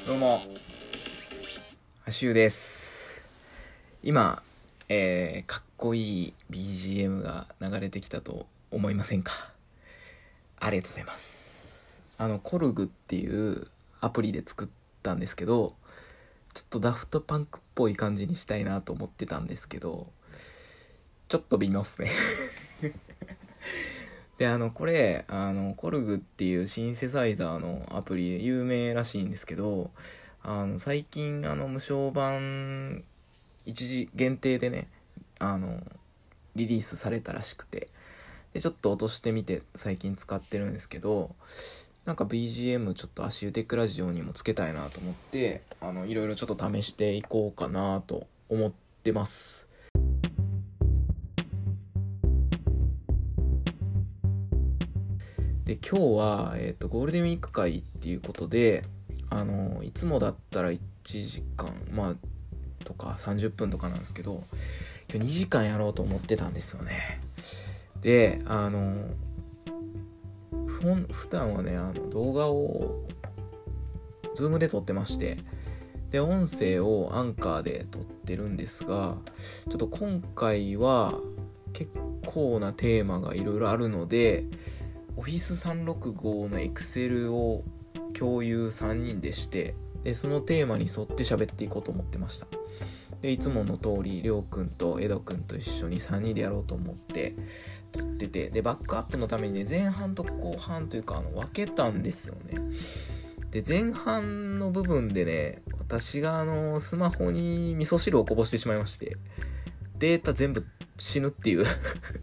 どうも、アシュウです。今、かっこいい BGM が流れてきたと思いませんか？ありがとうございます。コルグっていうアプリで作ったんですけど、ちょっとダフトパンクっぽい感じにしたいなと思ってたんですけど、ちょっと微妙っすね。で、これ、コルグっていうシンセサイザーのアプリで有名らしいんですけど、最近、無償版一時限定でね、あの、リリースされたらしくて、で、ちょっと落としてみて最近使ってるんですけど、なんか BGM ちょっと足湯テックラジオにもつけたいなと思って、いろいろちょっと試していこうかなと思ってます。で今日は、ゴールデンウィーク会っていうことでいつもだったら1時間とか30分とかなんですけど、今日2時間やろうと思ってたんですよね。で普段はね動画を Zoom で撮ってまして、で音声をアンカーで撮ってるんですが、ちょっと今回は結構なテーマがいろいろあるので、Office365 の Excel を共有3人でして、でそのテーマに沿って喋っていこうと思ってました。でいつもの通りりょうくんとエドくんと一緒に3人でやろうと思って撮ってて、でバックアップのためにね前半と後半というか分けたんですよね。で前半の部分でね、私がスマホに味噌汁をこぼしてしまいまして、データ全部死ぬっていう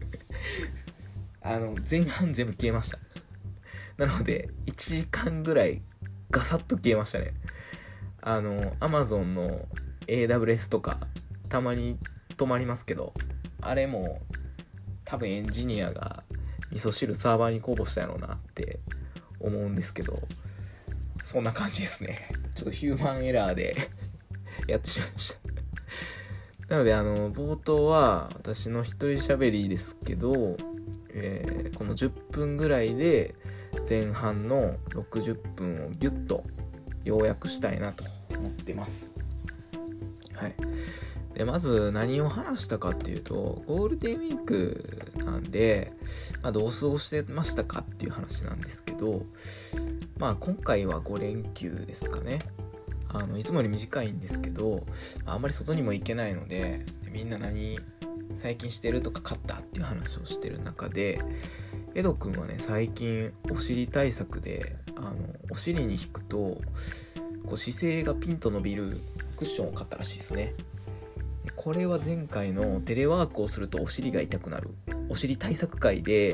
前半全部消えました。なので1時間ぐらいガサッと消えましたね。Amazon の AWS とかたまに止まりますけど、あれも多分エンジニアが味噌汁サーバーにこぼしたやろうなって思うんですけど、そんな感じですね。ちょっとヒューマンエラーでやってしまいました。なので冒頭は私の一人喋りですけど、この10分ぐらいで前半の60分をギュッと要約したいなと思ってます。はい。でまず何を話したかっていうと、ゴールデンウィークなんで、どう過ごしてましたかっていう話なんですけど、今回は5連休ですかね。いつもより短いんですけど、あんまり外にも行けないので、みんな何最近してるとか買ったっていう話をしてる中で、エドくんはね最近お尻対策でお尻に引くとこう姿勢がピンと伸びるクッションを買ったらしいですね。これは前回のテレワークをするとお尻が痛くなるお尻対策会で、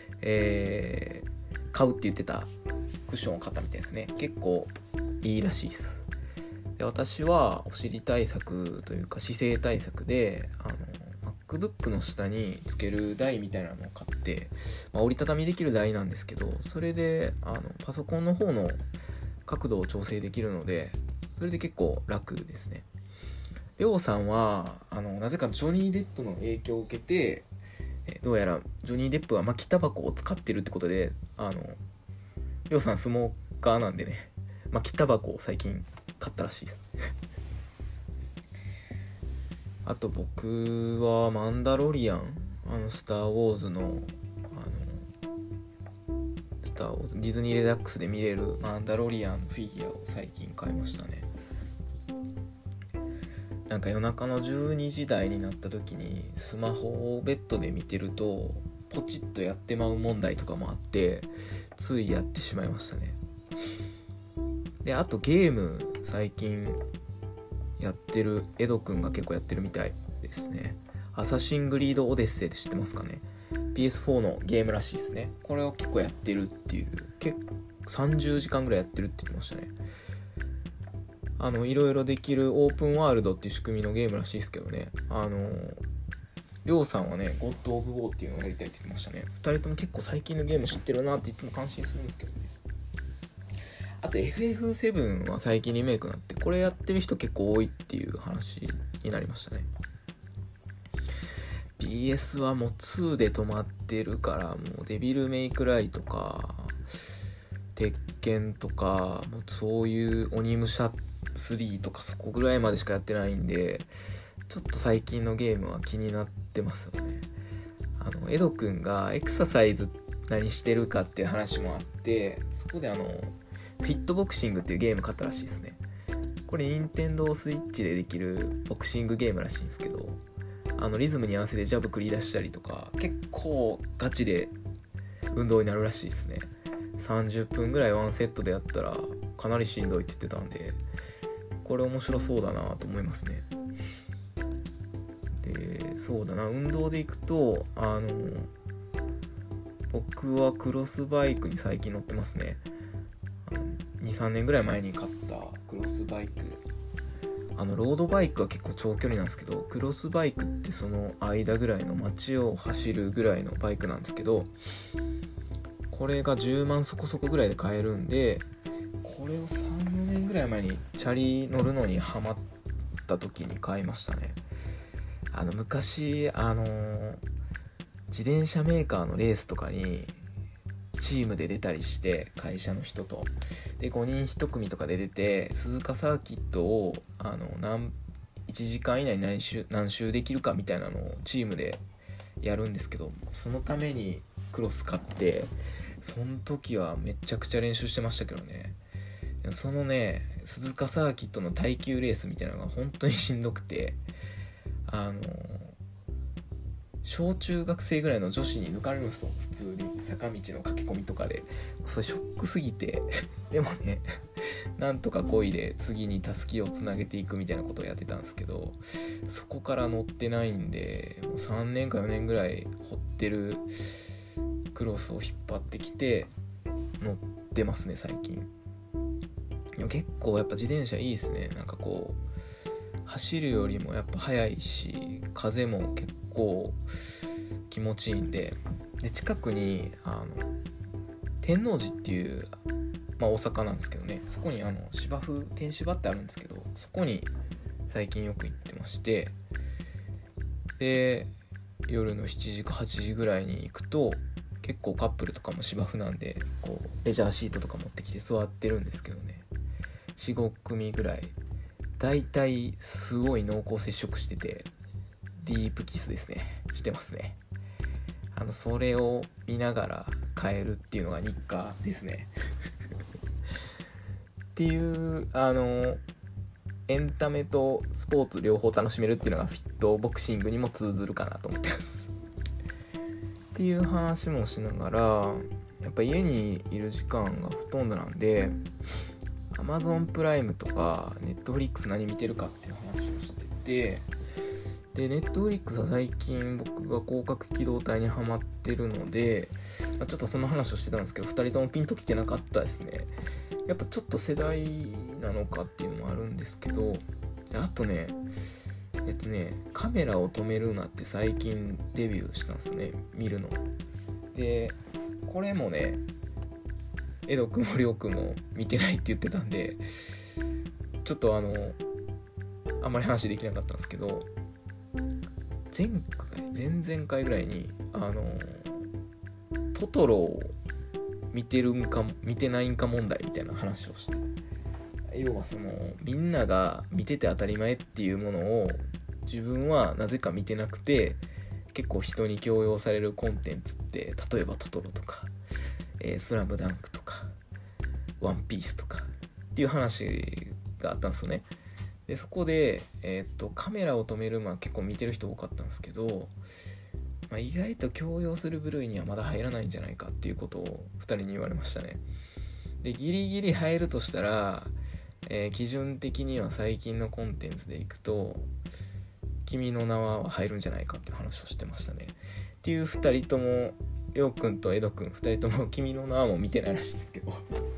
買うって言ってたクッションを買ったみたいですね。結構いいらしいです。で私はお尻対策というか姿勢対策でMacBook の下につける台みたいなのを買って、折りたたみできる台なんですけど、それでパソコンの方の角度を調整できるので、それで結構楽ですね。りょうさんはなぜかジョニー・デップの影響を受けて、どうやらジョニー・デップは巻きタバコを使ってるってことで、りょうさんスモーカーなんでね、巻きタバコを最近買ったらしいですあと僕はマンダロリアン、スター・ウォーズのスター・ウォーズディズニーレダックスで見れるマンダロリアンのフィギュアを最近買いましたね。なんか夜中の12時台になった時にスマホをベッドで見てるとポチッとやってまう問題とかもあって、ついやってしまいましたね。であとゲーム最近やってるエドくんが結構やってるみたいですね。アサシングリードオデッセイって知ってますかね。 PS4 のゲームらしいですね。これを結構やってるっていう、結構30時間ぐらいやってるって言ってましたね。いろいろできるオープンワールドっていう仕組みのゲームらしいですけどね。りょうさんはねゴッドオブウォーっていうのをやりたいって言ってましたね。2人とも結構最近のゲーム知ってるなって言っても感心するんですけどね。あと FF7 は最近リメイクになって、これやってる人結構多いっていう話になりましたね。 PS はもう2で止まってるから、もうデビルメイクライとかっ鉄拳とかもうそういう鬼武者3とかそこぐらいまでしかやってないんで、ちょっと最近のゲームは気になってますよね。エドくんがエクササイズ何してるかっていう話もあって、そこでフィットボクシングっていうゲーム買ったらしいですね。これ任天堂スイッチでできるボクシングゲームらしいんですけど、リズムに合わせてジャブ繰り出したりとか結構ガチで運動になるらしいですね。30分ぐらいワンセットでやったらかなりしんどいって言ってたんで、これ面白そうだなと思いますね。で、そうだな、運動でいくと僕はクロスバイクに最近乗ってますね。2、3年ぐらい前に買ったクロスバイク、ロードバイクは結構長距離なんですけど、クロスバイクってその間ぐらいの街を走るぐらいのバイクなんですけど、これが10万そこそこぐらいで買えるんで、これを3、4年ぐらい前にチャリ乗るのにハマった時に買いましたね。昔自転車メーカーのレースとかにチームで出たりして、会社の人とで5人1組とかで出て、鈴鹿サーキットを1時間以内に何周できるかみたいなのをチームでやるんですけど、そのためにクロス買って、その時はめちゃくちゃ練習してましたけどね。そのね、鈴鹿サーキットの耐久レースみたいなのが本当にしんどくて、小中学生ぐらいの女子に抜かれるんですよ、普通に坂道の駆け込みとかで。それショックすぎてでもね、なんとか漕いで次にたすきをつなげていくみたいなことをやってたんですけど、そこから乗ってないんで、もう3年か4年ぐらい掘ってるクロスを引っ張ってきて乗ってますね最近。でも結構やっぱ自転車いいですね。なんかこう走るよりもやっぱ速いし、風も結構気持ちいいんで、近くに天王寺っていう、大阪なんですけどね、そこに芝生天芝ってあるんですけど、そこに最近よく行ってまして、で夜の7時か8時ぐらいに行くと結構カップルとかも芝生なんで、こうレジャーシートとか持ってきて座ってるんですけどね、 4,5 組ぐらい、だいたいすごい濃厚接触してて、ディープキスですね、してますね。それを見ながら帰るっていうのが日課ですねっていうエンタメとスポーツ両方楽しめるっていうのがフィットボクシングにも通ずるかなと思ってますっていう話もしながら、やっぱ家にいる時間がほとんどなんで、Amazon プライムとか Netflix 何見てるかっていう話をしてて、で Netflix は最近僕が広角機動隊にハマってるので、ちょっとその話をしてたんですけど、2人ともピンときてなかったですね。やっぱちょっと世代なのかっていうのもあるんですけど、あとねカメラを止めるなって最近デビューしたんですね、見るので。これもね、エド君もリョウ君も見てないって言ってたんで、ちょっとあんまり話できなかったんですけど、前々回ぐらいにトトロを見てるんか見てないんか問題みたいな話をして、要はそのみんなが見てて当たり前っていうものを自分はなぜか見てなくて、結構人に強要されるコンテンツって、例えばトトロとか、スラムダンクとかワンピースとかっていう話があったんですよね。でそこで、カメラを止める結構見てる人多かったんですけど、意外と強要する部類にはまだ入らないんじゃないかっていうことを2人に言われましたね。でギリギリ入るとしたら、基準的には最近のコンテンツでいくと君の名は入るんじゃないかって話をしてましたね。っていう2人とも、りょうくんとエドくん2人とも君の名はも見てないらしいですけど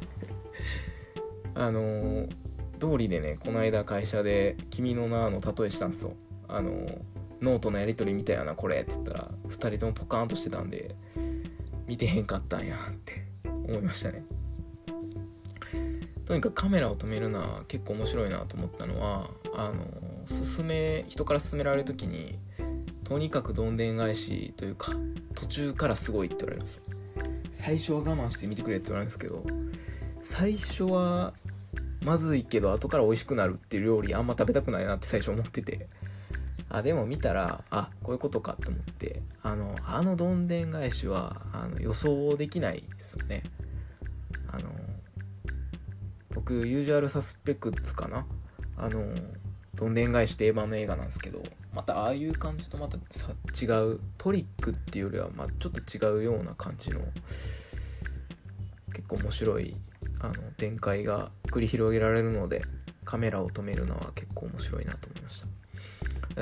通りでね、この間会社で君の名の例えしたんですよ。ノートのやり取りみたいなこれって言ったら2人ともポカーンとしてたんで、見てへんかったんやって思いましたね。とにかくカメラを止めるな結構面白いなと思ったのは、人から勧められるときにとにかくどんでん返しというか、途中からすごいって言われるんですよ。最初は我慢して見てくれって言われるんですけど、 最初はまずいけど後から美味しくなるっていう料理あんま食べたくないなって最初思ってて、でも見たらこういうことかと思って、どんでん返しは予想できないですよね。僕ユージュアルサスペクツかな、どんでん返し定番の映画なんですけど、またああいう感じとまた違う、トリックっていうよりはちょっと違うような感じの結構面白い展開が繰り広げられるので、カメラを止めるのは結構面白いなと思いました。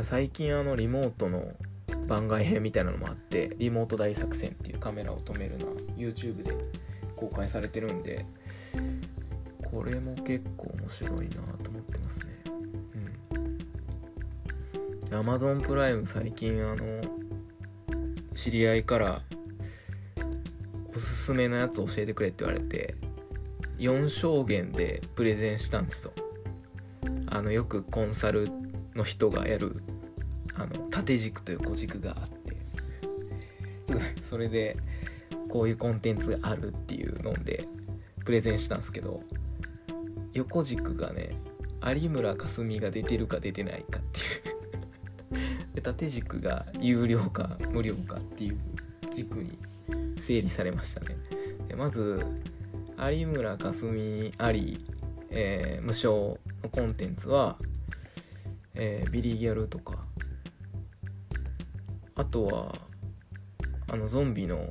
最近リモートの番外編みたいなのもあって、リモート大作戦っていうカメラを止めるのは YouTube で公開されてるんで、これも結構面白いなと思ってますね。Amazon プライム最近知り合いからおすすめのやつ教えてくれって言われて4証言でプレゼンしたんですよ。よくコンサルの人がやる縦軸と横軸があって、ちょっとそれでこういうコンテンツがあるっていうのでプレゼンしたんですけど、横軸がね有村架純が出てるか出てないかっていうで縦軸が有料か無料かっていう軸に整理されましたね。でまず有村架純あり、無償のコンテンツは、ビリギャルとか、あとはゾンビの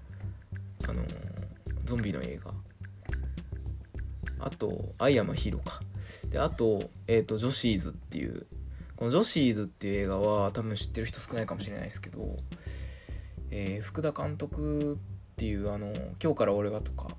映画、あとアイアムヒーローかで、あとジョシーズっていう、このジョシーズっていう映画は多分知ってる人少ないかもしれないですけど、福田監督っていう今日から俺はとか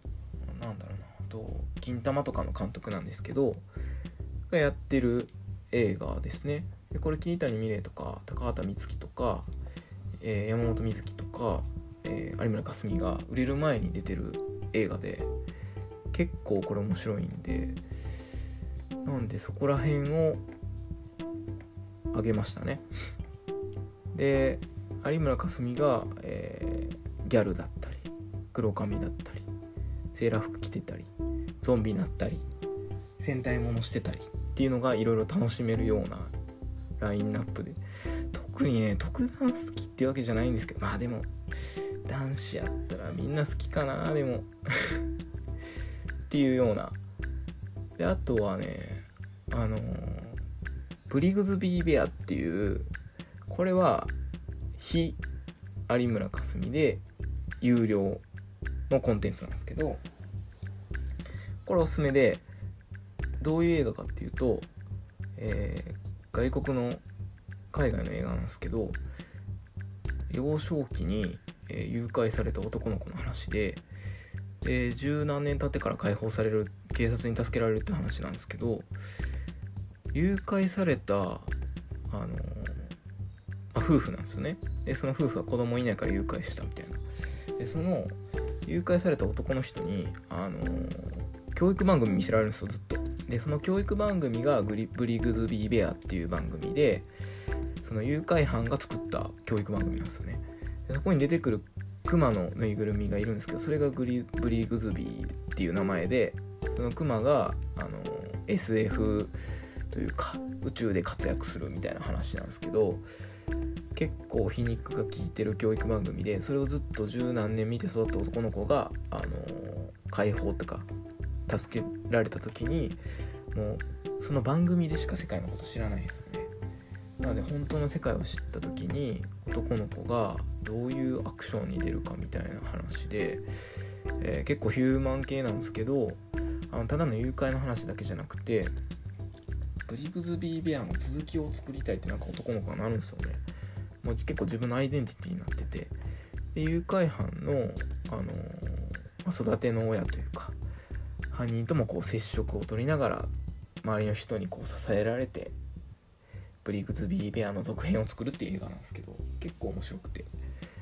金玉とかの監督なんですけどがやってる映画ですね。でこれ桐谷美玲とか高畑充希とか、山本美月とか、有村架純が売れる前に出てる映画で、結構これ面白いんで、なんでそこら辺をあげましたね。で有村架純が、ギャルだったり黒髪だったりセーラー服着てたりゾンビになったり戦隊ものしてたりっていうのがいろいろ楽しめるようなラインナップで、特にね特段好きっていうわけじゃないんですけど、でも男子やったらみんな好きかな、でもっていうような。であとはねブリグズビーベアっていう、これは非有村架純で有料のコンテンツなんですけど、これおすすめで、どういう映画かっていうと、海外の映画なんですけど、幼少期に、誘拐された男の子の話で、十何年経ってから解放される、警察に助けられるって話なんですけど、誘拐された夫婦なんですよね。でその夫婦は子供いないから誘拐したみたいな。でその誘拐された男の人に教育番組見せられるんですよ、ずっと。でその教育番組がブリグズビーベアっていう番組で、その誘拐犯が作った教育番組なんですよね。でそこに出てくるクマのぬいぐるみがいるんですけど、それがブリグズビーっていう名前で、そのクマがSF というか宇宙で活躍するみたいな話なんですけど、結構皮肉が効いてる教育番組で、それをずっと十何年見て育った男の子が解放とか助けられた時に、もうその番組でしか世界のこと知らないですよね。なので本当の世界を知った時に男の子がどういうアクションに出るかみたいな話で、結構ヒューマン系なんですけど、ただの誘拐の話だけじゃなくて、ブリグズビーベアの続きを作りたいってなんか男の子がなるんですよね。もう結構自分のアイデンティティになってて、で誘拐犯の、育ての親というか犯人ともこう接触を取りながら周りの人にこう支えられてブリグズビーベアの続編を作るっていう映画なんですけど、結構面白くて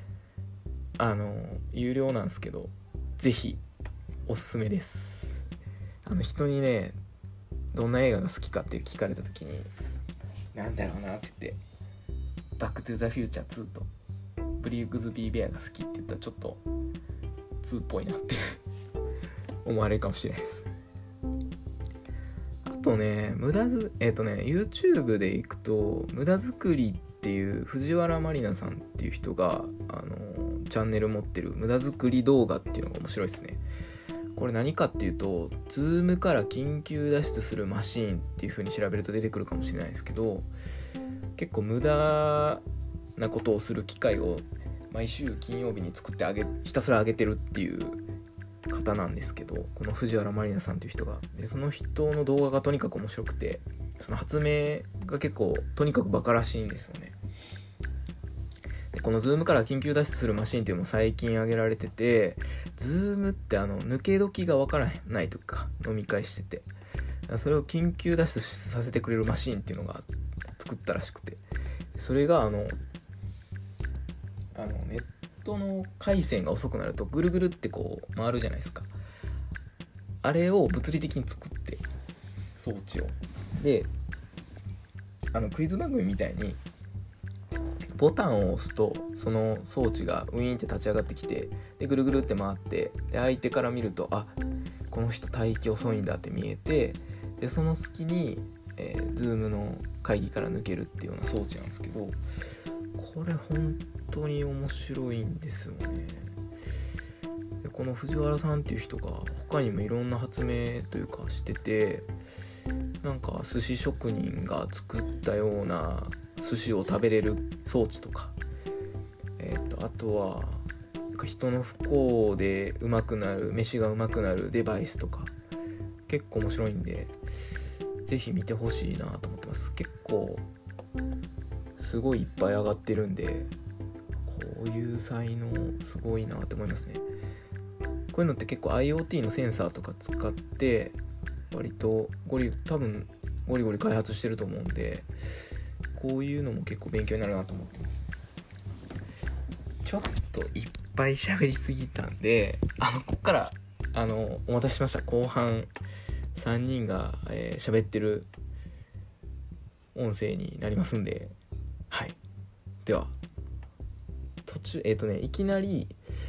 有料なんですけどぜひおすすめです。人にねどんな映画が好きかって聞かれた時になんだろうなって言ってバックトゥザフューチャー2とブリグズビーベアが好きって言ったらちょっと2っぽいなって思われるかもしれないです。あとね、YouTube でいくと無駄作りっていう藤原まりなさんっていう人がチャンネル持ってる無駄作り動画っていうのが面白いですね。これ何かっていうと、Zoom から緊急脱出するマシーンっていう風に調べると出てくるかもしれないですけど、結構無駄なことをする機会を毎週金曜日に作ってひたすら上げてるっていう方なんですけど、この藤原まりなさんっていう人がで、その人の動画がとにかく面白くて、その発明が結構とにかくバカらしいんですよね。でこの Zoom から緊急脱出するマシンっていうのも最近挙げられてて、 Zoom って抜け時がわからないとか飲み会してて、それを緊急脱出させてくれるマシンっていうのが作ったらしくて、それがネットの回線が遅くなるとぐるぐるってこう回るじゃないですか。あれを物理的に作って、装置をでクイズ番組みたいにボタンを押すとその装置がウィーンって立ち上がってきて、でぐるぐるって回って、で相手から見ると、あ、この人待機遅いんだって見えて、でその隙に、Zoom の会議から抜けるっていうような装置なんですけど、これ本当に面白いんですよね。でこの藤原さんっていう人が他にもいろんな発明というかしてて、なんか寿司職人が作ったような寿司を食べれる装置とか、あとはなんか人の不幸で飯がうまくなるデバイスとか結構面白いんで、ぜひ見てほしいなと思ってます。結構すごいいっぱい上がってるんで、こういう才能すごいなって思いますね。こういうのって結構 IoT のセンサーとか使って割と多分ゴリゴリ開発してると思うんで、こういうのも結構勉強になるなと思ってます。ちょっといっぱい喋りすぎたんで、ここからお待たせしました。後半3人が喋ってる音声になりますんで、はい。では途中いきなり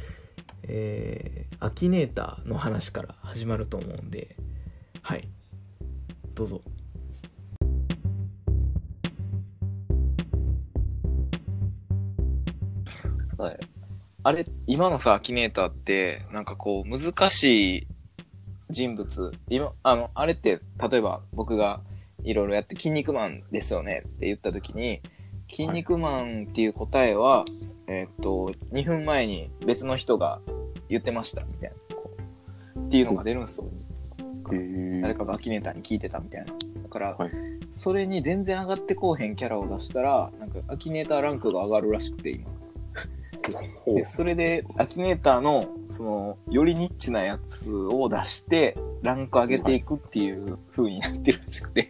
アキネーターの話から始まると思うんで、はい、どうぞ。はい、あれ今のさアキネーターってなんかこう難しい人物、あれって例えば僕がいろいろやって筋肉マンですよねって言った時に、筋肉マンっていう答えは、2分前に別の人が言ってましたみたいなっていうのが出るんですよ。誰かがアキネーターに聞いてたみたいな。だから、はい、それに全然上がってこうへんキャラを出したらなんかアキネーターランクが上がるらしくて今でそれでアキネーターのそのよりニッチなやつを出してランク上げていくっていう風になってるらしくて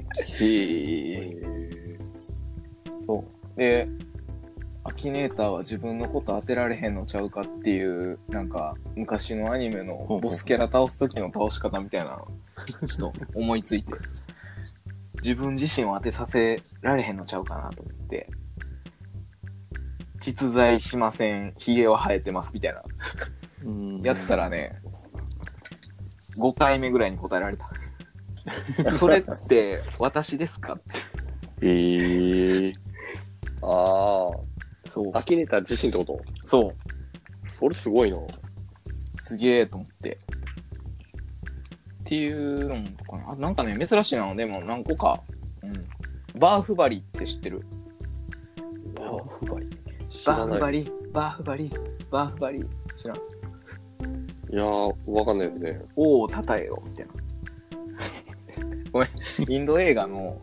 そうで、アキネーターは自分のこと当てられへんのちゃうかっていうなんか昔のアニメのボスキャラ倒す時の倒し方みたいなのちょっと思いついて自分自身を当てさせられへんのちゃうかなと思って、実在しません、ヒゲは生えてますみたいなやったらね5回目ぐらいに答えられたそれって私ですかってああ、 そう。 アキネーター自身ってこと？ そう。 それすごいな。 すげえと思って。っていうのもかな。なんかね、珍しいな。でも何個か。うん。バーフバリって知ってる？ バーフバリ。 バーフバリ、バーフバリ、バーフバリ。知らん？ いやー、わかんないですね。 おー、たたえよ、みたいな。ごめん、インド映画の、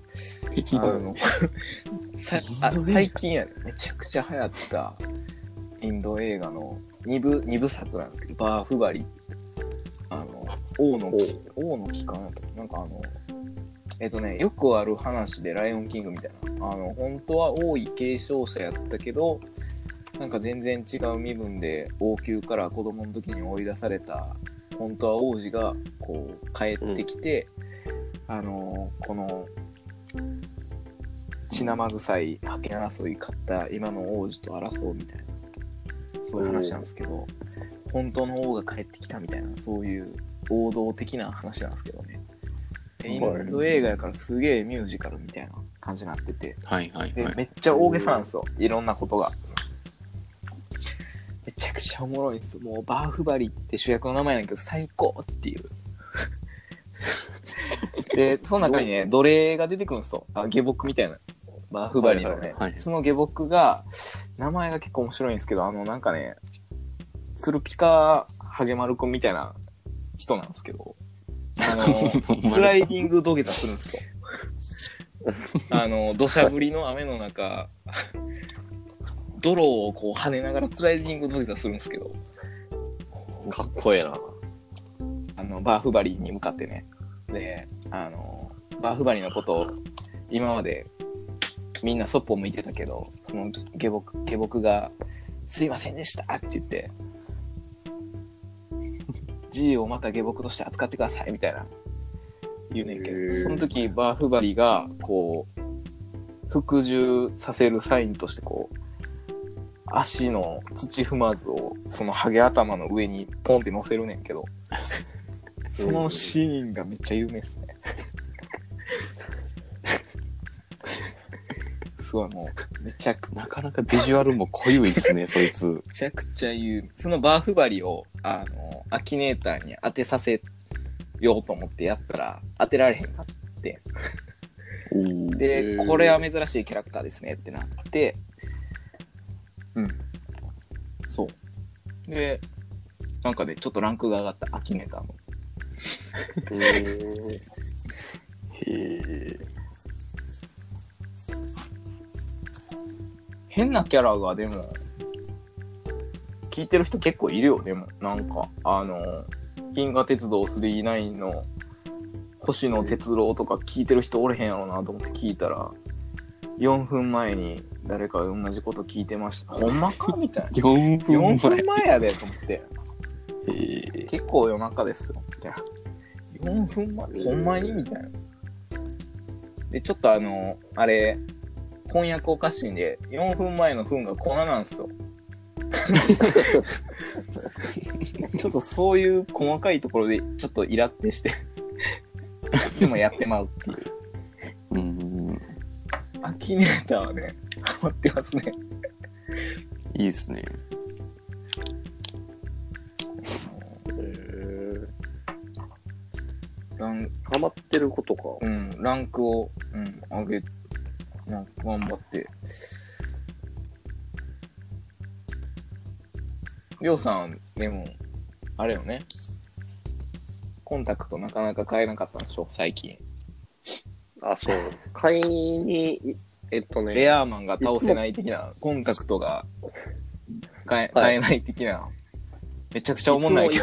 最近やね、めちゃくちゃ流行ったインド映画の2部作なんですけど、バーフバリ、王の木かなと、なんかよくある話でライオンキングみたいな、本当は王位継承者やったけど、なんか全然違う身分で王宮から子供の時に追い出された本当は王子がこう帰ってきて、この血生臭い覇権争い勝った今の王子と争うみたいな、そういう話なんですけど、本当の王が帰ってきたみたいな、そういう王道的な話なんですけどね。インド映画やからすげえミュージカルみたいな感じになってて、 はいはいはい。 でめっちゃ大げさなんですよ、いろんなことが。めちゃくちゃおもろいんですよ。もうバーフバリって主役の名前なんやけど最高っていう。で、その中にね、奴隷が出てくるんですよ。下僕みたいな。バーフバリのね。 はいはいはい、 その下僕が、名前が結構面白いんですけど、なんかね、ツルピカハゲマルくんみたいな人なんですけど、スライディング土下座するんですよ。土砂降りの雨の中、泥をこう跳ねながらスライディング土下座するんですけど、 かっこええな。 バーフバリに向かってね。で、バーフバリのことを今までみんなそっぽ向いてたけど、その下僕がすいませんでしたって言って、G をまた下僕として扱ってくださいみたいな言うねんけど、その時バーフバリがこう服従させるサインとしてこう足の土踏まずをそのハゲ頭の上にポンって乗せるねんけど、そのシーンがめっちゃ有名ですね。すごいもうめちゃくちゃなかなかビジュアルも濃ゆいっすね、そいつ。 めちゃくちゃ有名。そのバーフバリをアキネーターに当てさせようと思ってやったら当てられへんかってで、これは珍しいキャラクターですねってなって、そうでなんかねちょっとランクが上がったアキネーターのへえ。 変なキャラがでも聞いてる人結構いるよ。でもなんか銀河鉄道999の星野哲郎とか聞いてる人おれへんやろなと思って聞いたら4分前に誰か同じこと聞いてました。ほんまかみたいな。 4分前。 4分前やでと思って。結構夜中ですよ。みたいな。4分前ほんまにみたいな。で、ちょっとあれ、翻訳おかしいんで、4分前の分が粉なんですよ。ちょっとそういう細かいところでちょっとイラってしてでもやってまうっていう。アキネーターはね、ハマってますね。 いいっすね。 ハマってることか。 ランクを、上げ、頑張って。りょうさん、でも、あれよね。コンタクトなかなか買えなかったんでしょ、最近。 あ、そう。買いに、 レアーマンが倒せない的な、コンタクトが買えない的な、めちゃくちゃおもんないけど。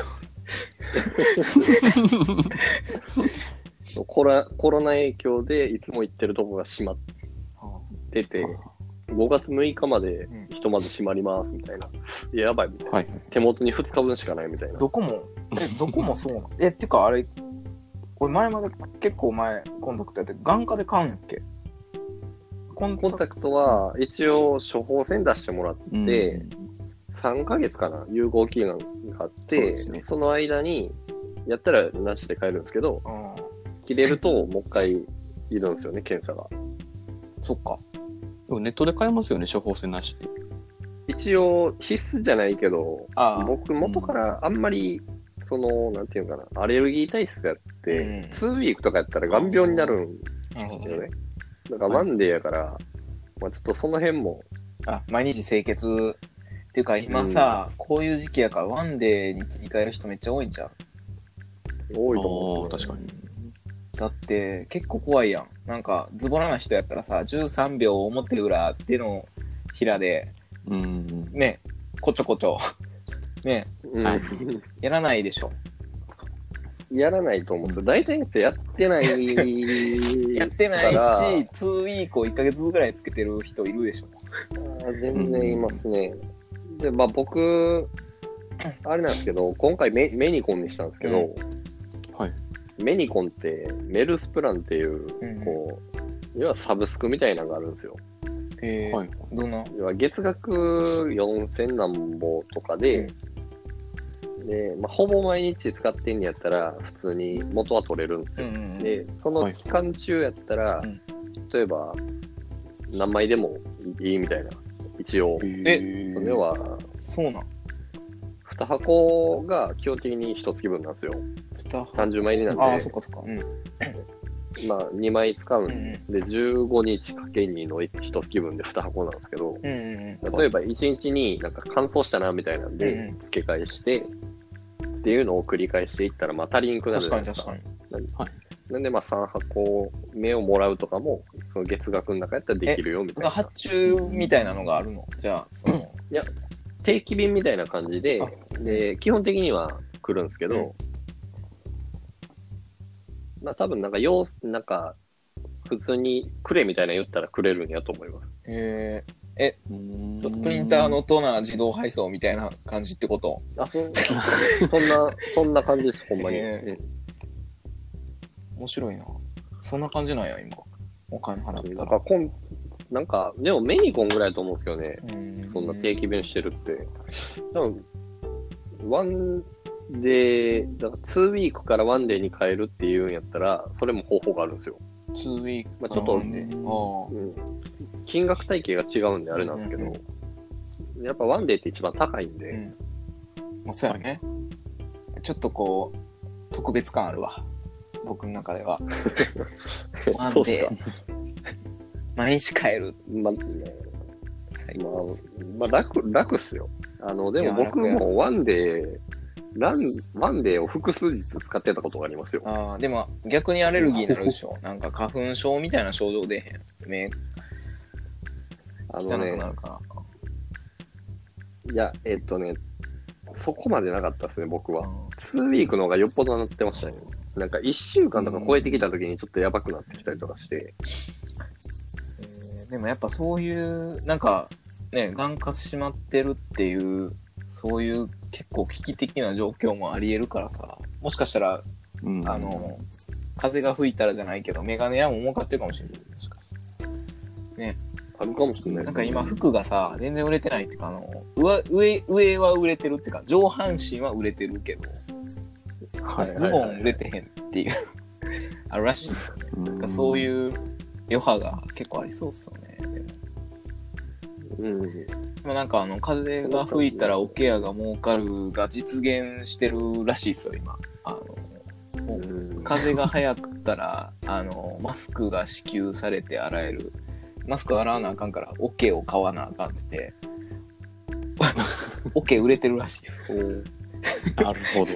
コロナ影響でいつも行ってるとこが閉まってて、5月6日までひとまず閉まりますみたいな。いや、やばいみたいな、手元に2日分しかないみたいな。 どこもそうなの？ってかあれ、これ前まで結構前コンタクトやって眼科で買うんやっけ？ コンタクトは一応処方箋出してもらって、3ヶ月かな、有効期間があって、その間にやったらなしで買えるんですけど、切れるともう一回いるんですよね、検査が。 そっか。 ネットで買えますよね、処方箋なしで。 一応必須じゃないけど、僕元からあんまりなんていうかな、アレルギー体質やって、2ウィークとかやったら眼病になるんですよね。だからワンデーやから、まあちょっとその辺も。 毎日清潔っていうか今さ、こういう時期やからワンデーに切り替える人めっちゃ多いんちゃう？ 多いと思う。 確かに。 だって結構怖いやん。なんかズボラな人やったらさ、13秒表裏手のひらで、ね、こちょこちょ、ね、やらないでしょ。 やらないと思うんですよ。大体の人やってない。 やってないし、2ウィークを1ヶ月ぐらいつけてる人いるでしょ。 全然いますね。で、まあ僕、あれなんですけど、今回メニコンにしたんですけど、メニコンってメルスプランっていう、こう、要はサブスクみたいなのがあるんですよ。 どんな？ 要は月額4000何ぼとかで、 で、ほぼ毎日使ってんやったら、普通に元は取れるんですよ。で、その期間中やったら、例えば、何枚でもいいみたいな、一応。それは、 そうなん。 2箱が基本的に1月分なんですよ。30枚になって。 ああ、そっかそっか。 2枚使うんで、15日かけ2の1月分で2箱なんですけど、例えば1日になんか乾燥したなみたいなんで、付け替えして、っていうのを繰り返していったら、足りんくなるじゃないですか。なんで、3箱目をもらうとかも、その月額の中やったらできるよみたいな。 発注みたいなのがあるの？じゃあ、 いや、定期便みたいな感じで、基本的には来るんですけど、多分なんか普通にくれみたいな言ったらくれるんやと思います。 プリンターのトナー自動配送みたいな感じってこと？ そんな感じです、ほんまに。 面白いな。そんな感じなんや、今。お金払ったら。 なんか、でもメニコンぐらいだと思うんですけどね。そんな定期便してるって。多分、ワンデー、だから2ウィークからワンデーに変えるっていうんやったら、それも方法があるんですよ。 2ウィークちょっと、金額体系が違うんであれなんですけど、やっぱワンデーって一番高いんで。 そうやね。ちょっとこう、特別感あるわ。僕の中では。ワンデー。毎日帰る。 楽っすよ。でも僕もワンデーを複数日使ってたことがありますよ。 でも逆にアレルギーになるでしょ。なんか花粉症みたいな症状出へん。目汚くなるかな。いや、そこまでなかったですね、僕は。2ウィークの方がよっぽどなってましたね。なんか1週間とか超えてきた時にちょっとやばくなってきたりとかして。 でもやっぱそういう、なんかね、眼科しまってるっていう、そういう結構危機的な状況もあり得るからさ、もしかしたら、風が吹いたらじゃないけど、メガネ屋も儲かってるかもしれないですね。 あるかもしれない。 なんか今服がさ、全然売れてないっていうか、上は売れてるっていうか、上半身は売れてるけど、ズボン売れてへんっていう、あるらしいですよね。なんかそういう余波が結構ありそうっすよね。なんか風が吹いたらオケアが儲かるが実現してるらしいですよ、今。風が流行ったら、マスクが支給されて洗える。マスク洗わなあかんから、オケを買わなあかんって言って、オケ売れてるらしいです。 なるほど。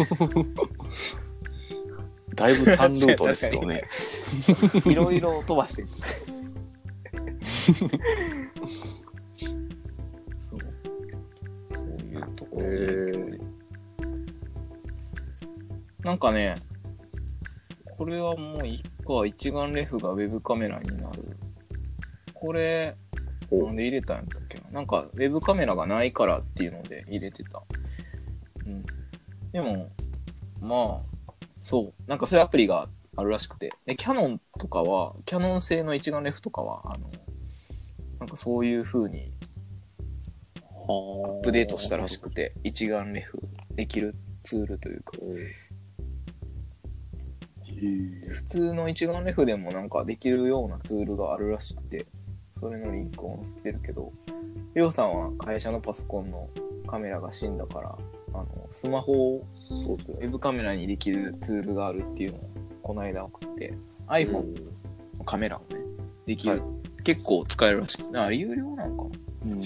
だいぶ短ルートですよね。 いろいろ飛ばしてる。そういうところ、なんかね、これはもういっか、一眼レフがウェブカメラになる。これ、なんで入れたんやったっけな。なんか、ウェブカメラがないからっていうので入れてた。でも、そう。なんかそういうアプリがあるらしくて。で、キャノンとかは、キャノン製の一眼レフとかは、なんかそういう風に、アップデートしたらしくて、一眼レフできるツールというか。普通の一眼レフでもなんかできるようなツールがあるらしくて、それのリンクを載せてるけど、りょうさんは会社のパソコンのカメラが死んだから、スマホをウェブカメラにできるツールがあるっていうのをこの間送って、iPhone のカメラをね、できる。結構使えるらしくて、有料なんかな。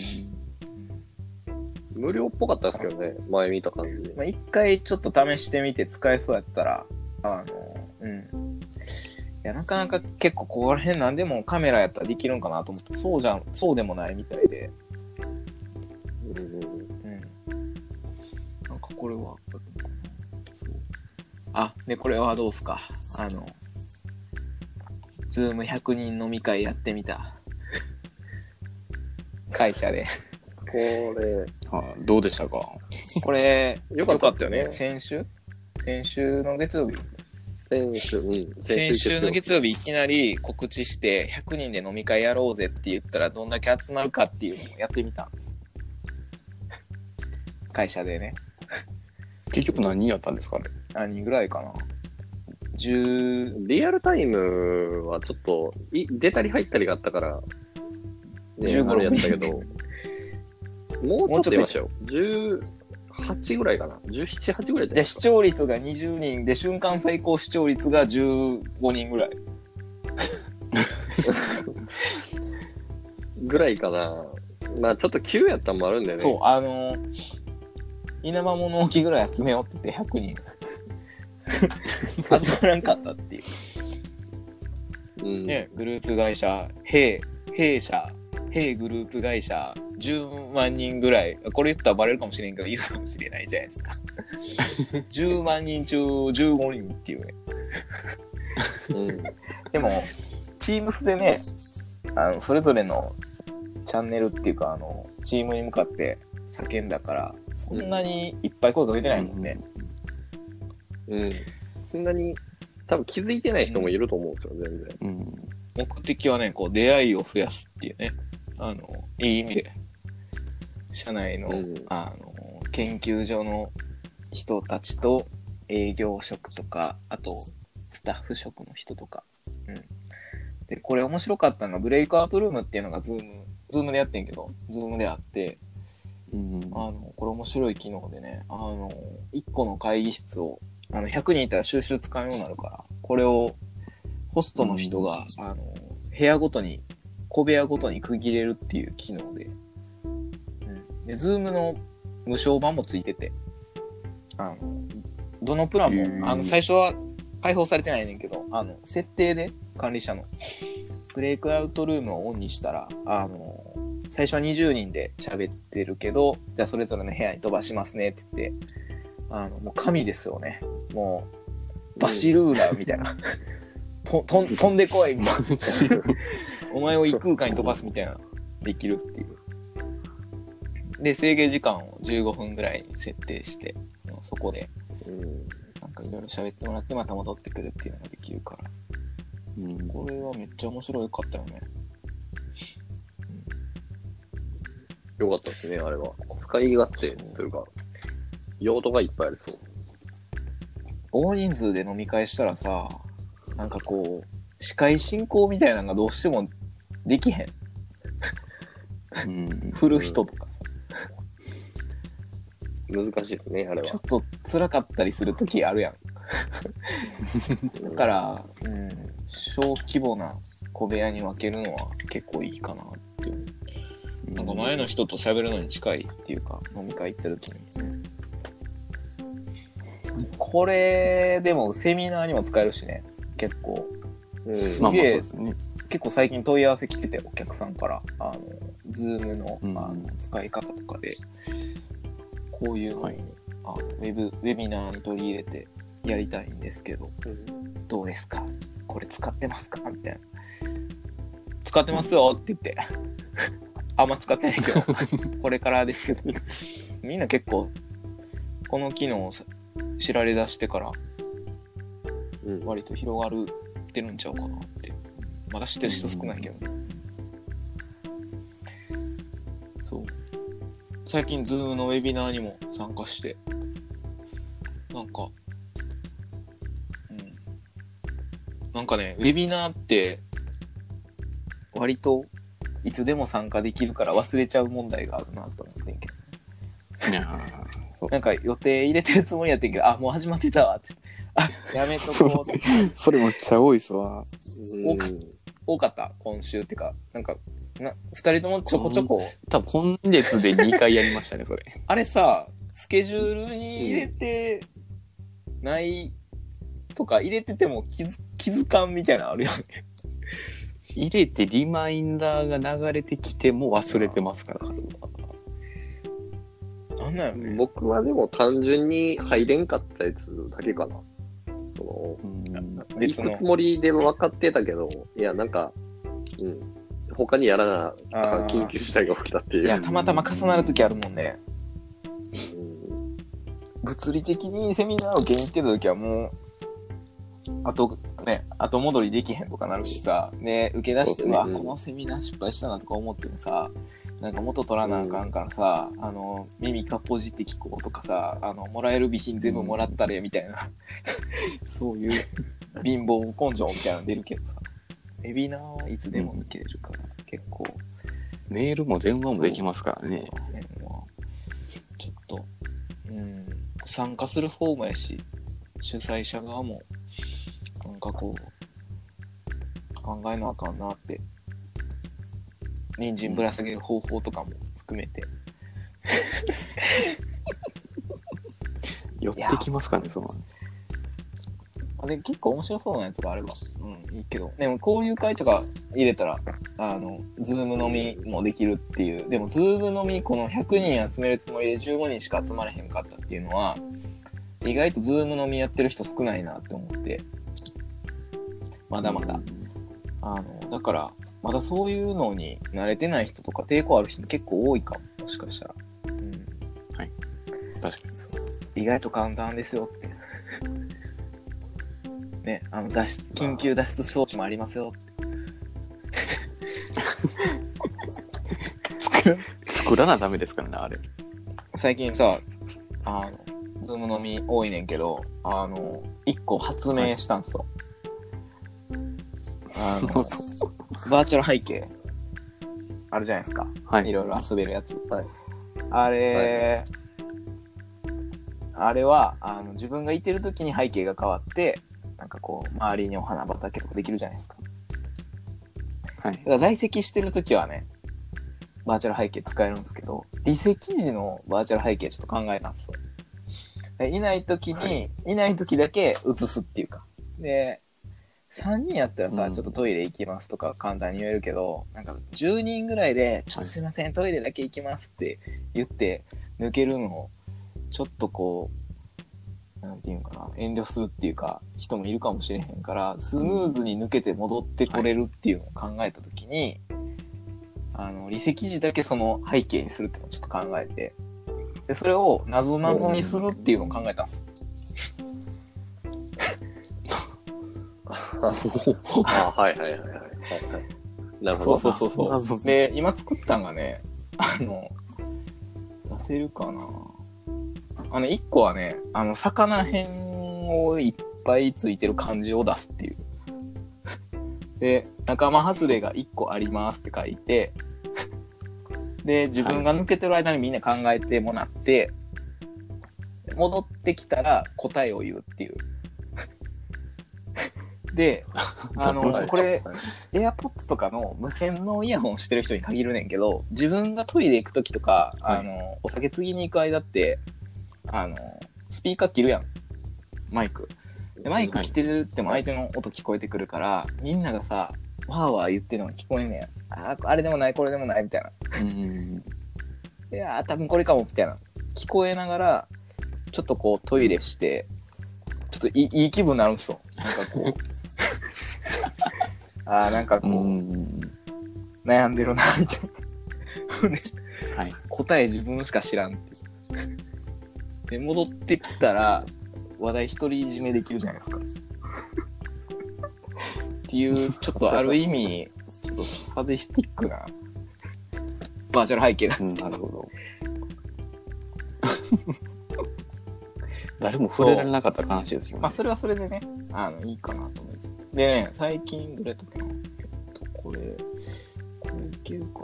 無料っぽかったですけどね、前見た感じで。 一回ちょっと試してみて使えそうやったら、いや、なかなか結構ここら辺なんでもカメラやったらできるんかなと思って、そうでもないみたいで。なんかこれは、で、これはどうすか。ズーム100人飲み会やってみた。会社で。 これ、 どうでしたか？ これ、 よかったよね。 先週の月曜日。 先週の月曜日いきなり告知して100人で飲み会やろうぜって言ったらどんだけ集まるかっていうのをやってみた。会社でね。 結局何人やったんですかね。 何人ぐらいかな。10、 リアルタイムはちょっと、出たり入ったりがあったから、ね、 15 あれやったけど、もうちょっといましたよ。18ぐらいかな。17、8ぐらいじゃないじゃあ視ですか。 聴率が20人で、瞬間最高視聴率が15人ぐらい。 ぐらいかな。まあちょっと急やったのもあるんだよね。 そう、稲葉物置ぐらい集めようって言って100人。集まらんかったっていう。 うん。 ね、グループ会社、弊社、弊グループ会社、10万人ぐらい、これ言ったらバレるかもしれんけど、言うかもしれないじゃないですか。10万人中15人っていうね。 うん。 でも、Teams でね、それぞれのチャンネルっていうか、チームに向かって叫んだから、そんなにいっぱい声かけてないもんね。 うん。そんなに、多分気づいてない人もいると思うんですよ、全然。 うん。 目的はね、こう出会いを増やすっていうね、いい意味で、社内の、研究所の人たちと営業職とか、あとスタッフ職の人とか、で、これ面白かったのが、ブレイクアウトルームっていうのがズームでやってんけど、ズームであって、これ面白い機能でね、1個の会議室を、100人いたら収集使うようになるから、これをホストの人が、部屋ごとに、小部屋ごとに区切れるっていう機能で、で、ズームの無償版もついてて、どのプランも、最初は開放されてないねんけど、設定で管理者のブレイクアウトルームをオンにしたら、最初は20人で喋ってるけど、じゃあそれぞれの部屋に飛ばしますねって言って、もう神ですよね。もう、バシルーラーみたいな。飛んでこいみたいな。お前を異空間に飛ばすみたいな、できるっていう。で、制限時間を15分ぐらいに設定して、そこで、なんかいろいろ喋ってもらってまた戻ってくるっていうのができるから。これはめっちゃ面白かったよね。 よかったですね、あれは。使い勝手というか、用途がいっぱいありそう。 大人数で飲み会したらさ、なんかこう、司会進行みたいなのがどうしてもできへん。振る人とか。 難しいですね、あれは。 ちょっと辛かったりするときあるやん。だから、小規模な小部屋に分けるのは結構いいかなっていう。なんか前の人と喋るのに近いっていうか、飲み会行った時に。これ、でもセミナーにも使えるしね、結構。すげえ、結構最近問い合わせ来てて、お客さんから、ズームの、使い方とかで、こういうのに、ウェビナーに取り入れてやりたいんですけど、どうですか？これ使ってますか？みたいな。使ってますよって言って。あんま使ってないけど、これからですけど。みんな結構、この機能を知られ出してから、割と広がってるんちゃうかなって。まだ知ってる人少ないけどね。そう。最近、ズームのウェビナーにも参加して、なんか、なんかね、ウェビナーって、割と、いつでも参加できるから忘れちゃう問題があるなと思ってんけど。なんか予定入れてるつもりやってんけど、もう始まってたわって。やめとこうって。 それめっちゃ多いっすわ。 多かった今週ってか、なんか、2人ともちょこちょこ。 多分今月で2回やりましたね、それ。 あれさ、スケジュールに入れてないとか、入れてても気づかんみたいなのあるよね。 入れてリマインダーが流れてきても忘れてますから。 なんなんやろね。 僕はでも単純に入れんかったやつだけかな。行くつもりで分かってたけど、いや、なんか、他にやらなあかん緊急事態が起きたっていう。 いや、たまたま重なるときあるもんね。物理的にセミナーを受けに行ってたときはもう、後戻りできへんとかなるしさ、ね、受け出しては、このセミナー失敗したなとか思ってもさ、 なんか元取らなあかんからさ、耳かっぽじって聞こうとかさ、もらえる備品全部もらったれみたいな、そういう貧乏根性みたいなの出るけどさ、ウェビナーはいつでも抜けれるから、結構。 メールも電話もできますからね。 ちょっと、参加する方もやし、主催者側も、なんかこう、考えなあかんなって。人参ぶら下げる方法とかも含めて。 寄ってきますかね、その。 で結構面白そうなやつがあれば、いいけど。でも交流会とか入れたら、ズーム飲みもできるっていう。でもズーム飲みこの100人集めるつもりで15人しか集まれへんかったっていうのは、意外とズーム飲みやってる人少ないなって思って。まだまだ。だから、まだそういうのに慣れてない人とか抵抗ある人結構多いかも、もしかしたら。 はい。確かに。意外と簡単ですよって。ね、緊急脱出装置もありますよって作らなダメですからね、あれ。 最近さ、ズーム飲み多いねんけど、一個発明したんすよ。バーチャル背景あるじゃないですか。 はい。 いろいろ遊べるやつ。 はい。 あれは、自分がいてる時に背景が変わって、なんかこう、周りにお花畑とかできるじゃないですか。 はい。 だから在籍してる時はね、バーチャル背景使えるんですけど、離席時のバーチャル背景ちょっと考えたんですよ。いない時だけ映すっていうか。で、3人やったらさ、ちょっとトイレ行きますとか簡単に言えるけど、なんか10人ぐらいで、ちょっとすいません、トイレだけ行きますって言って抜けるのを、ちょっとこう、なんていうのかな、遠慮するっていうか、人もいるかもしれへんから、スムーズに抜けて戻ってこれるっていうのを考えたときに、離席時だけその背景にするっていうのをちょっと考えて、で、それを謎々にするっていうのを考えたんです。 はいはいはいはい。なるほど。 そう。で、今作ったんがね、出せるかな。一個はね、魚辺をいっぱいついてる漢字を出すっていう。で、仲間外れが1個ありますって書いて、で、自分が抜けてる間にみんな考えてもらって、戻ってきたら答えを言うっていう。で、これ、AirPods とかの無線のイヤホンしてる人に限るねんけど、自分がトイレ行くときとか、お酒継ぎに行く間って、スピーカー切るやん。マイク。でマイク切ってるっても相手の音聞こえてくるから、みんながさ、わーわー言ってるのが聞こえんねん。あれでもない、これでもないみたいな。いや多分これかもみたいな。聞こえながら、ちょっとこうトイレして、ちょっといい気分になるんですよ。なんかこう。なんかこう、悩んでるな、みたいな。はい。答え自分しか知らんって。で、戻ってきたら、話題独り占めできるじゃないですか。っていう、ちょっとある意味、ちょっとサディスティックなバーチャル背景なんです。 なるほど。誰も触れられなかった話ですよね。 まあ、それはそれでね、いいかなと思います。でね、最近どれとかな、これいけるか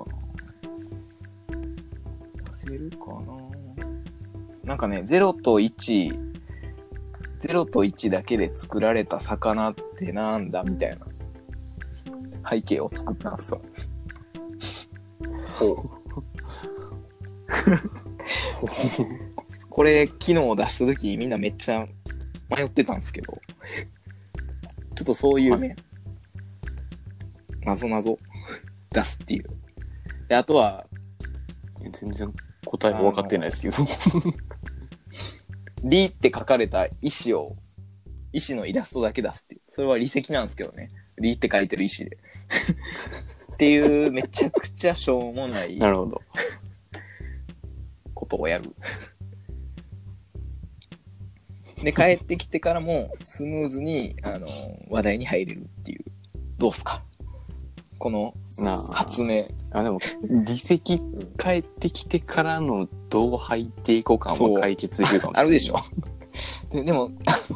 な、出せるかな。なんかね、0と1だけで作られた魚ってなんだみたいな背景を作ったんですよ。これ昨日出した時みんなめっちゃ迷ってたんですけど、ちょっとそういうね、謎出すっていう。で、あとは全然答えは分かってないですけど。 リって書かれた石のイラストだけ出すっていう。それは離席なんですけどね。リって書いてる石で。っていうめちゃくちゃしょうもない。 なるほど。 ことをやる。で、帰ってきてからもスムーズに、話題に入れるっていう。どうすか？ このなあ発明。 あ、でも、離席帰ってきてからのどう入っていこうかも解決できるかもしれない。 あるでしょ。でも、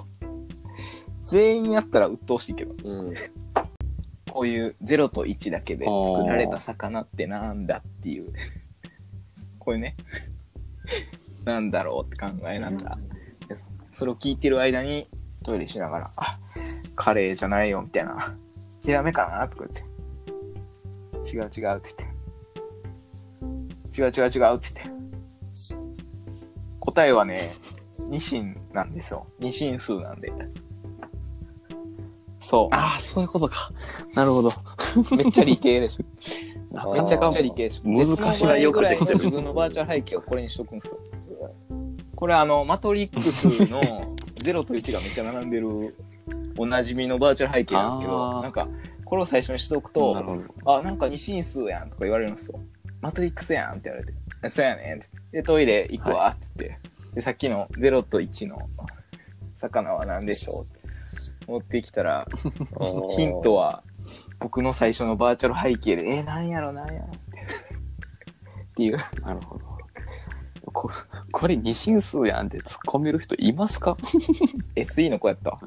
全員やったら鬱陶しいけど、こういう0と1だけで作られた魚ってなんだっていう、こういうね、なんだろうって考えながら、それを聞いてる間にトイレしながら、あ、カレーじゃないよみたいな、ヒラメかなとか言って、違う違うって言って、違うって言って、答えはね、二進なんですよ。二進数なんで。そう。 ああ、そういうことか。なるほど。 めっちゃ理系でしょ。 あめちゃくちゃ理系でしょ。 難しいでそのぐらいの自分のバーチャル背景をこれにしとくんですよ。これマトリックスの0と1がめっちゃ並んでるおなじみのバーチャル背景なんですけど、なんかこれを最初にしとくと、 なるほど。 あ、なんか二進数やんとか言われるんですよ。マトリックスやんって言われて、そうやねんって。で、トイレ行くわって言って、で、さっきの0と1の魚は何でしょうって持ってきたら、ヒントは僕の最初のバーチャル背景で、なんやろっていう。 なるほど。これ二進数やんって突っ込める人いますか？ SE の子やったわ。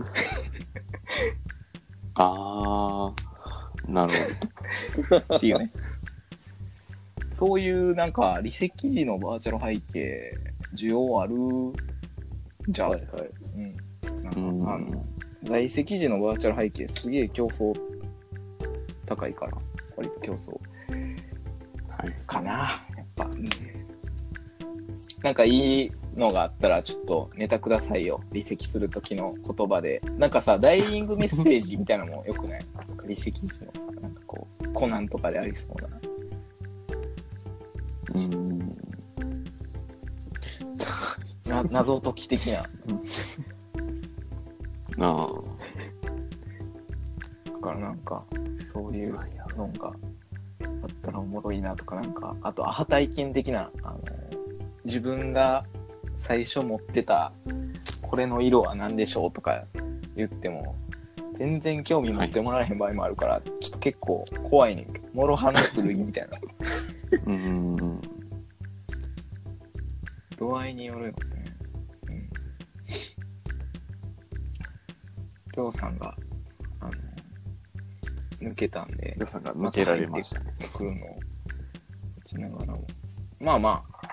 あー、なるほっていうね。そういうなんか離席時のバーチャル背景需要あるんじゃう、 はいはい。 なんか在籍時のバーチャル背景すげえ競争高いから割と競争はい。 かなやっぱ、なんかいいのがあったらちょっとネタくださいよ。離席する時の言葉でなんかさダイイングメッセージみたいなのもよくない？離席時のさなんかこうコナンとかでありそうな。謎解き的な。 あだからなんかそういうのがあったらおもろいなとかなんかあとアハ体験的な自分が最初持ってたこれの色は何でしょうとか言っても全然興味持ってもらえへん場合もあるから、ちょっと結構怖いねんけど諸刃の剣みたいな度合いによるよね。りょうさんが抜けたんで、 りょうさんが抜けられましたね。 来るのを打ちながらもまあまあ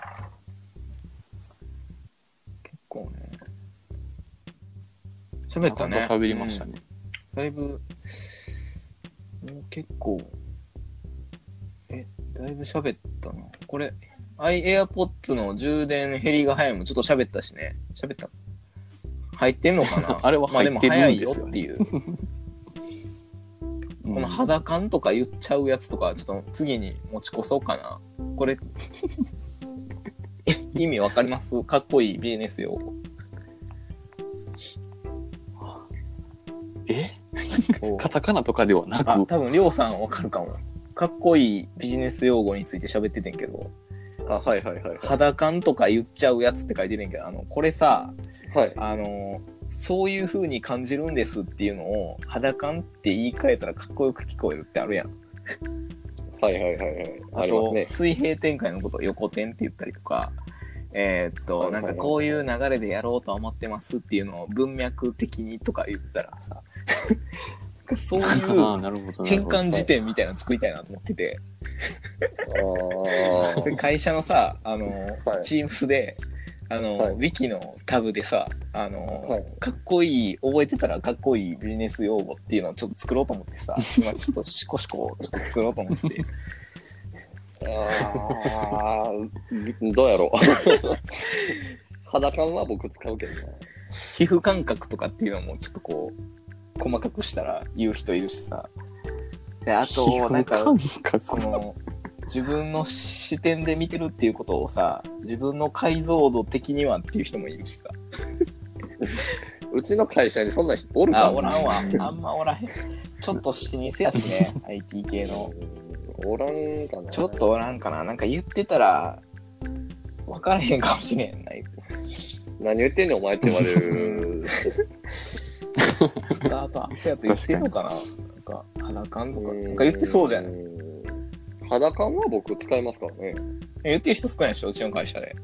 結構ね喋ったね。 喋りましたね。 だいぶもう結構だいぶ喋ったな。これAirPods の充電減りが早いもちょっと喋ったしね。喋った入ってんのかなあれは入ってるんですよ、 まあでも早いよっていう。この肌感とか言っちゃうやつとかちょっと次に持ち越そうかな。これ意味わかります？かっこいいビジネス用語。 カタカナとかではなく、 多分りょうさんわかるかも。かっこいいビジネス用語について喋っててんけど、 はいはいはい。 肌感とか言っちゃうやつって書いてるんけど、これさ、 はい。 そういう風に感じるんですっていうのを肌感って言い換えたらかっこよく聞こえるってあるやん。 はいはいはいはい。 あありますね。 水平展開のことを横展って言ったりとか、なんかこういう流れでやろうとは思ってますっていうのを文脈的にとか言ったらさ、そういう変換辞典みたいなの作りたいなと思ってて、会社のさ、チームスで、ウィキのタブでさ、かっこいい、覚えてたらかっこいいビジネス用語っていうのをちょっと作ろうと思ってさ、今ちょっとシコシコちょっと作ろうと思って。 どうやろう。肌感は僕使うけどな。 皮膚感覚とかっていうのもちょっとこう、細かくしたら言う人いるしさ。で、あと、なんか、その、自分の視点で見てるっていうことをさ、自分の解像度的にはっていう人もいるしさ。 うちの会社にそんな人おるかな？ おらんわ。あんまおらへん。ちょっと老舗やしね、IT 系の。 おらんかな？ ちょっとおらんかな。なんか言ってたら、分からへんかもしれんない。 何言ってんねんお前って言われる。 スタートアップやと言ってんのかな？なんかか肌感とかなんか言ってそうじゃない？ 肌感は僕使いますからね。 言ってる人少ないでしょ、うちの会社で。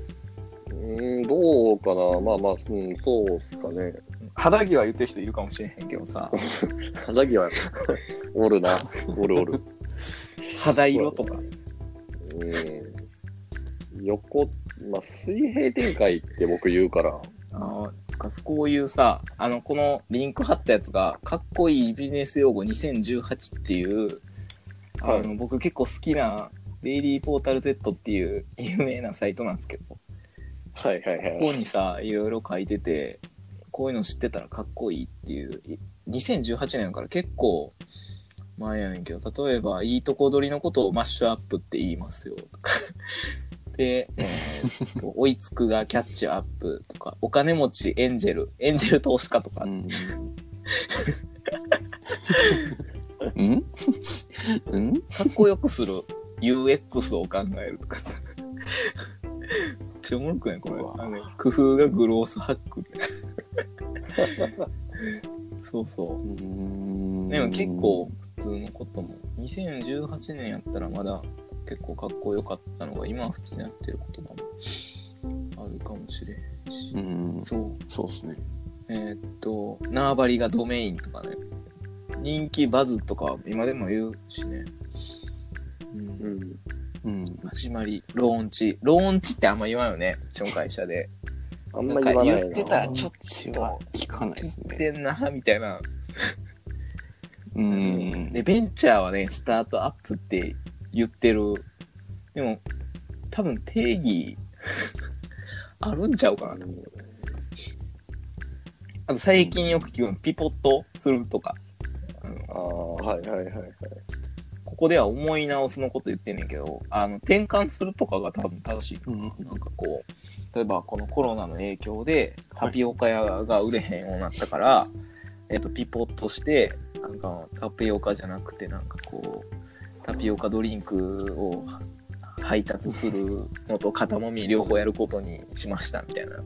どうかな。まあまあ、そうっすかね。 肌着は言ってる人いるかもしれへんけどさ。 肌着はおるな。おる。 肌色とか。 まあ、水平展開って僕言うから。 こういうさ、このリンク貼ったやつが、かっこいいビジネス用語2018っていう、僕結構好きな、デイリーポータル Z っていう有名なサイトなんですけど、 はいはいはい。 ここにさ、いろいろ書いてて、こういうの知ってたらかっこいいっていう、2018年から結構前やねんけど、例えば、いいとこ取りのことをマッシュアップって言いますよ、とか。で、追いつくがキャッチアップとか、お金持ちエンジェル投資家とか。かっこよくする UX を考えるとかさ。めっちゃおもろくないこれ。工夫がグロースハック。そうそう。でも結構普通のことも、2018年やったらまだ結構かっこよかったのが今は普通になってる言葉もあるかもしれへんし。 そうですね。 縄張りがドメインとかね。人気バズとか今でも言うしね。始まり、ローンチってあんま言わんよね、うちの会社で。 あんま言わないな。 言ってたらちょっと聞かないですね。 言ってんなみたいな。でベンチャーはね、スタートアップって言ってる。でも多分定義あるんちゃうかなと思う。あと最近よく聞くのピポットするとか。 はい。 ここでは思い直すのこと言ってんねんけど、転換するとかが多分正しい。なんかこう、例えばこのコロナの影響でタピオカ屋が売れへんようになったから、ピポットして、なんかタピオカじゃなくてなんかこう、タピオカドリンクを配達するのと肩もみ両方やることにしましたみたいな。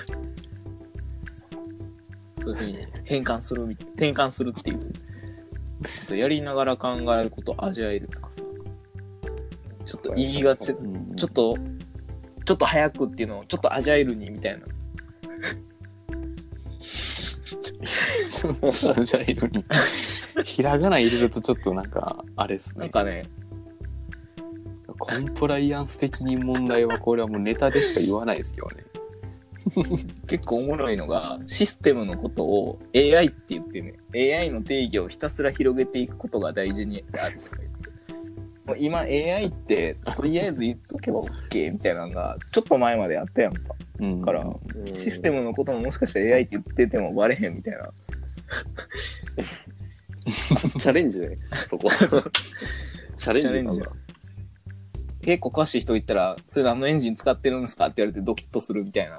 そういうふうに転換するっていう。やりながら考えることアジャイルとかさ、ちょっと言いがち、ちょっと早くっていうのをちょっとアジャイルにみたいな。 ちょっとアジャイルにひらがな入れるとちょっとなんかあれっすね。 なんかね、 コンプライアンス的に問題はこれはもうネタでしか言わないですよね。 結構おもろいのがシステムのことを AI って言ってね、 AI の定義をひたすら広げていくことが大事にあるとか言って、もう今 AI ってとりあえず言っとけば OK みたいなのがちょっと前まであったやんか、から、システムのことももしかしたら AI って言っててもバレへんみたいなチャレンジね、そこチャレンジなんだ。 結構詳しい人言ったらそれ何のエンジン使ってるんですかって言われてドキッとするみたいな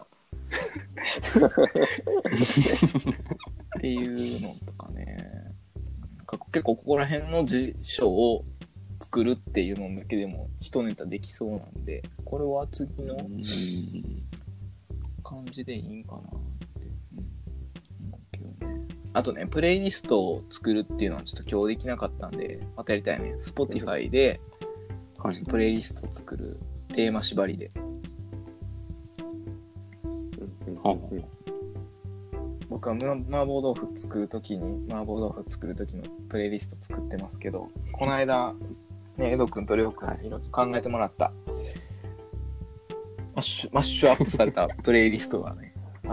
っていうのとかね、結構ここら辺の辞書を作るっていうのだけでも一ネタできそうなんで、これは次の感じでいいんかなって思うけどね。あとね、プレイリストを作るっていうのはちょっと今日できなかったんでまたやりたいね。 Spotify でプレイリストを作る、テーマ縛りで。僕は麻婆豆腐作るときのプレイリスト作ってますけど、この間ね、江戸くんとりょうくんにいろいろ考えてもらったマッシュアップされたプレイリストがね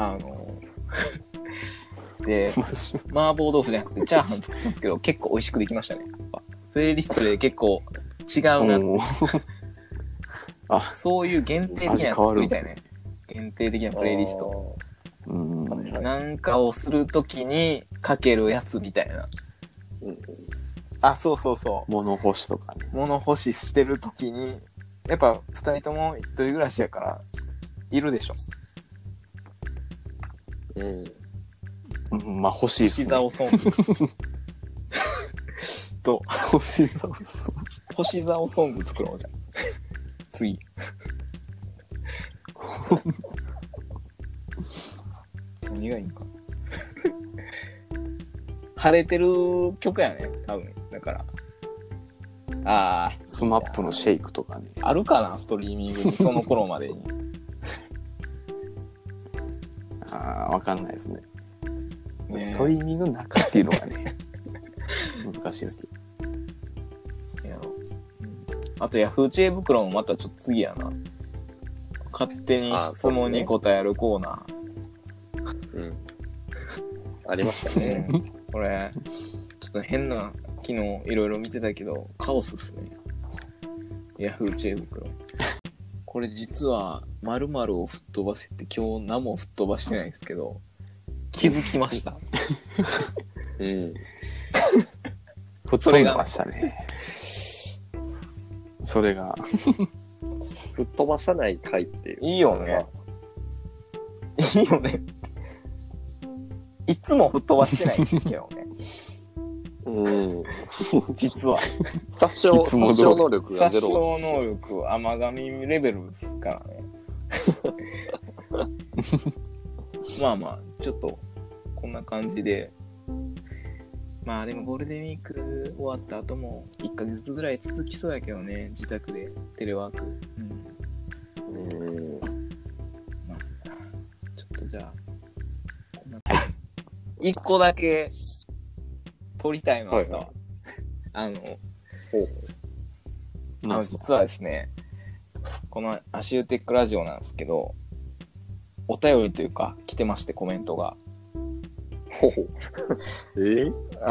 で麻婆豆腐じゃなくてチャーハン作ったんですけど結構美味しくできましたね。プレイリストで結構違うなあ、そういう限定的なやつ作りたいね。限定的なプレイリスト。なんかをするときにかけるやつみたいな。あ、そう。 物干しとかね。 物干ししてるときに、やっぱ2人とも一人暮らしやからいるでしょ。 まあ欲しいですね。 星沢ソングと星沢ソング作ろうじゃん。次。何がいいんか。 枯れてる曲やね、多分。だから。ああ。 スマップのシェイクとかね。 あるかな、ストリーミングに、その頃までに。 ああ、わかんないですね。 ねストリーミングの中っていうのがね、難しいですけど。 いやあと、ヤフー知恵袋もまたちょっと次やな。勝手に質問に答えるコーナー。 うん。ありましたね。 これ、ちょっと変な、昨日いろいろ見てたけど、カオスっすね。ヤフー知恵袋。これ実は、〇〇を吹っ飛ばせって今日何も吹っ飛ばしてないんですけど、気づきました。 うん。 吹っ飛んでましたね。それが。 吹っ飛ばさない回っていう。 いいよね。いいよね。いつも吹っ飛ばしてないけどね。 うん。 実は。 殺傷能力がゼロ。 殺傷能力、甘神レベルですからね。まあまあ、ちょっと、こんな感じで。まあでもゴールデンウィーク終わった後も1ヶ月ぐらい続きそうやけどね、自宅でテレワーク。まあ、ちょっとじゃあ、こんな1個だけ撮りたいのあったわ。実はですね、このアシューテックラジオなんですけど、お便りというか来てまして、コメントが。 ほほ。 い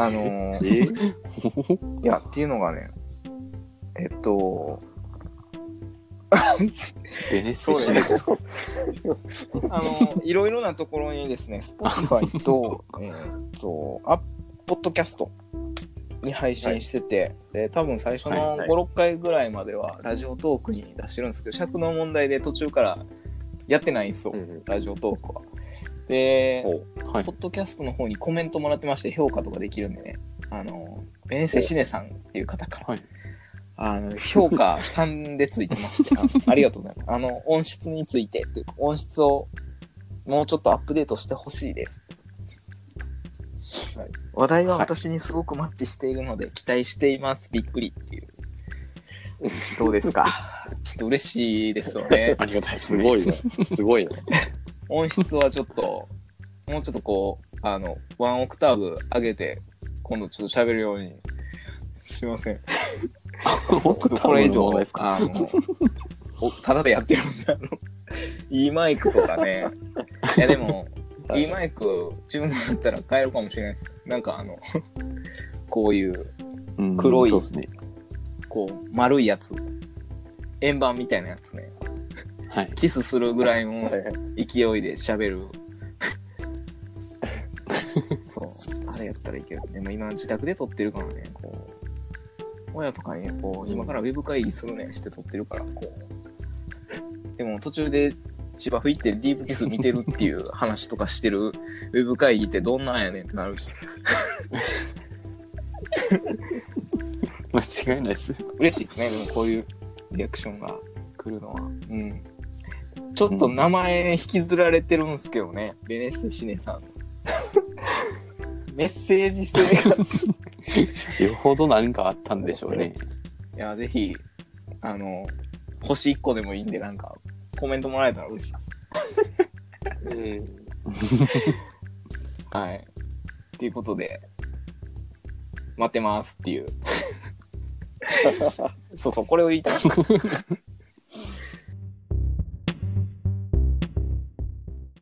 や、っていうのがね、 ベネッセシネスいろいろなところにですね、Spotify と、ポッドキャストに配信してて、で、多分最初の5、6回ぐらいまではラジオトークに出してるんですけど、尺の問題で途中からやってないんですよ、ラジオトークは。で、ポッドキャストの方にコメントもらってまして、評価とかできるんでね、ベネッセシネさんっていう方から、評価3でついてまして、ありがとうございます。音質についてっていうか、音質をもうちょっとアップデートしてほしいです。はい、話題は私にすごくマッチしているので、期待しています。びっくりっていう。どうですか？ちょっと嬉しいですよね。 ありがたいですね。 すごいね。すごいね。 音質はちょっと、もうちょっとこう、ワンオクターブ上げて、今度ちょっと喋るようにしません。これ以上ですか？ただでやってるんで、いいマイクとかね。いやでも、いいマイク注文だったら買えるかもしれないです。なんかこういう黒い、 そうですね、 こう丸いやつ、円盤みたいなやつね。 はい、 キスするぐらいの勢いで喋る。そう、あれやったらいける。でも今自宅で撮ってるからね、こう親とかにこう今からウェブ会議するねして撮ってるから、こう。でも途中で芝生行ってディープキス見てるっていう話とかしてるウェブ会議ってどんなんやねんってなるし。 間違いないです。 嬉しいですね。でもこういうリアクションが来るのは。うん。ちょっと名前引きずられてるんですけどね、ベネッセシネさん。メッセージ性がよほど何かあったんでしょうね。 いや、ぜひ、星1個でもいいんで、なんか、コメントもらえたら嬉しいです。はい。ということで、待ってますっていう。そうそう、これを言いたい。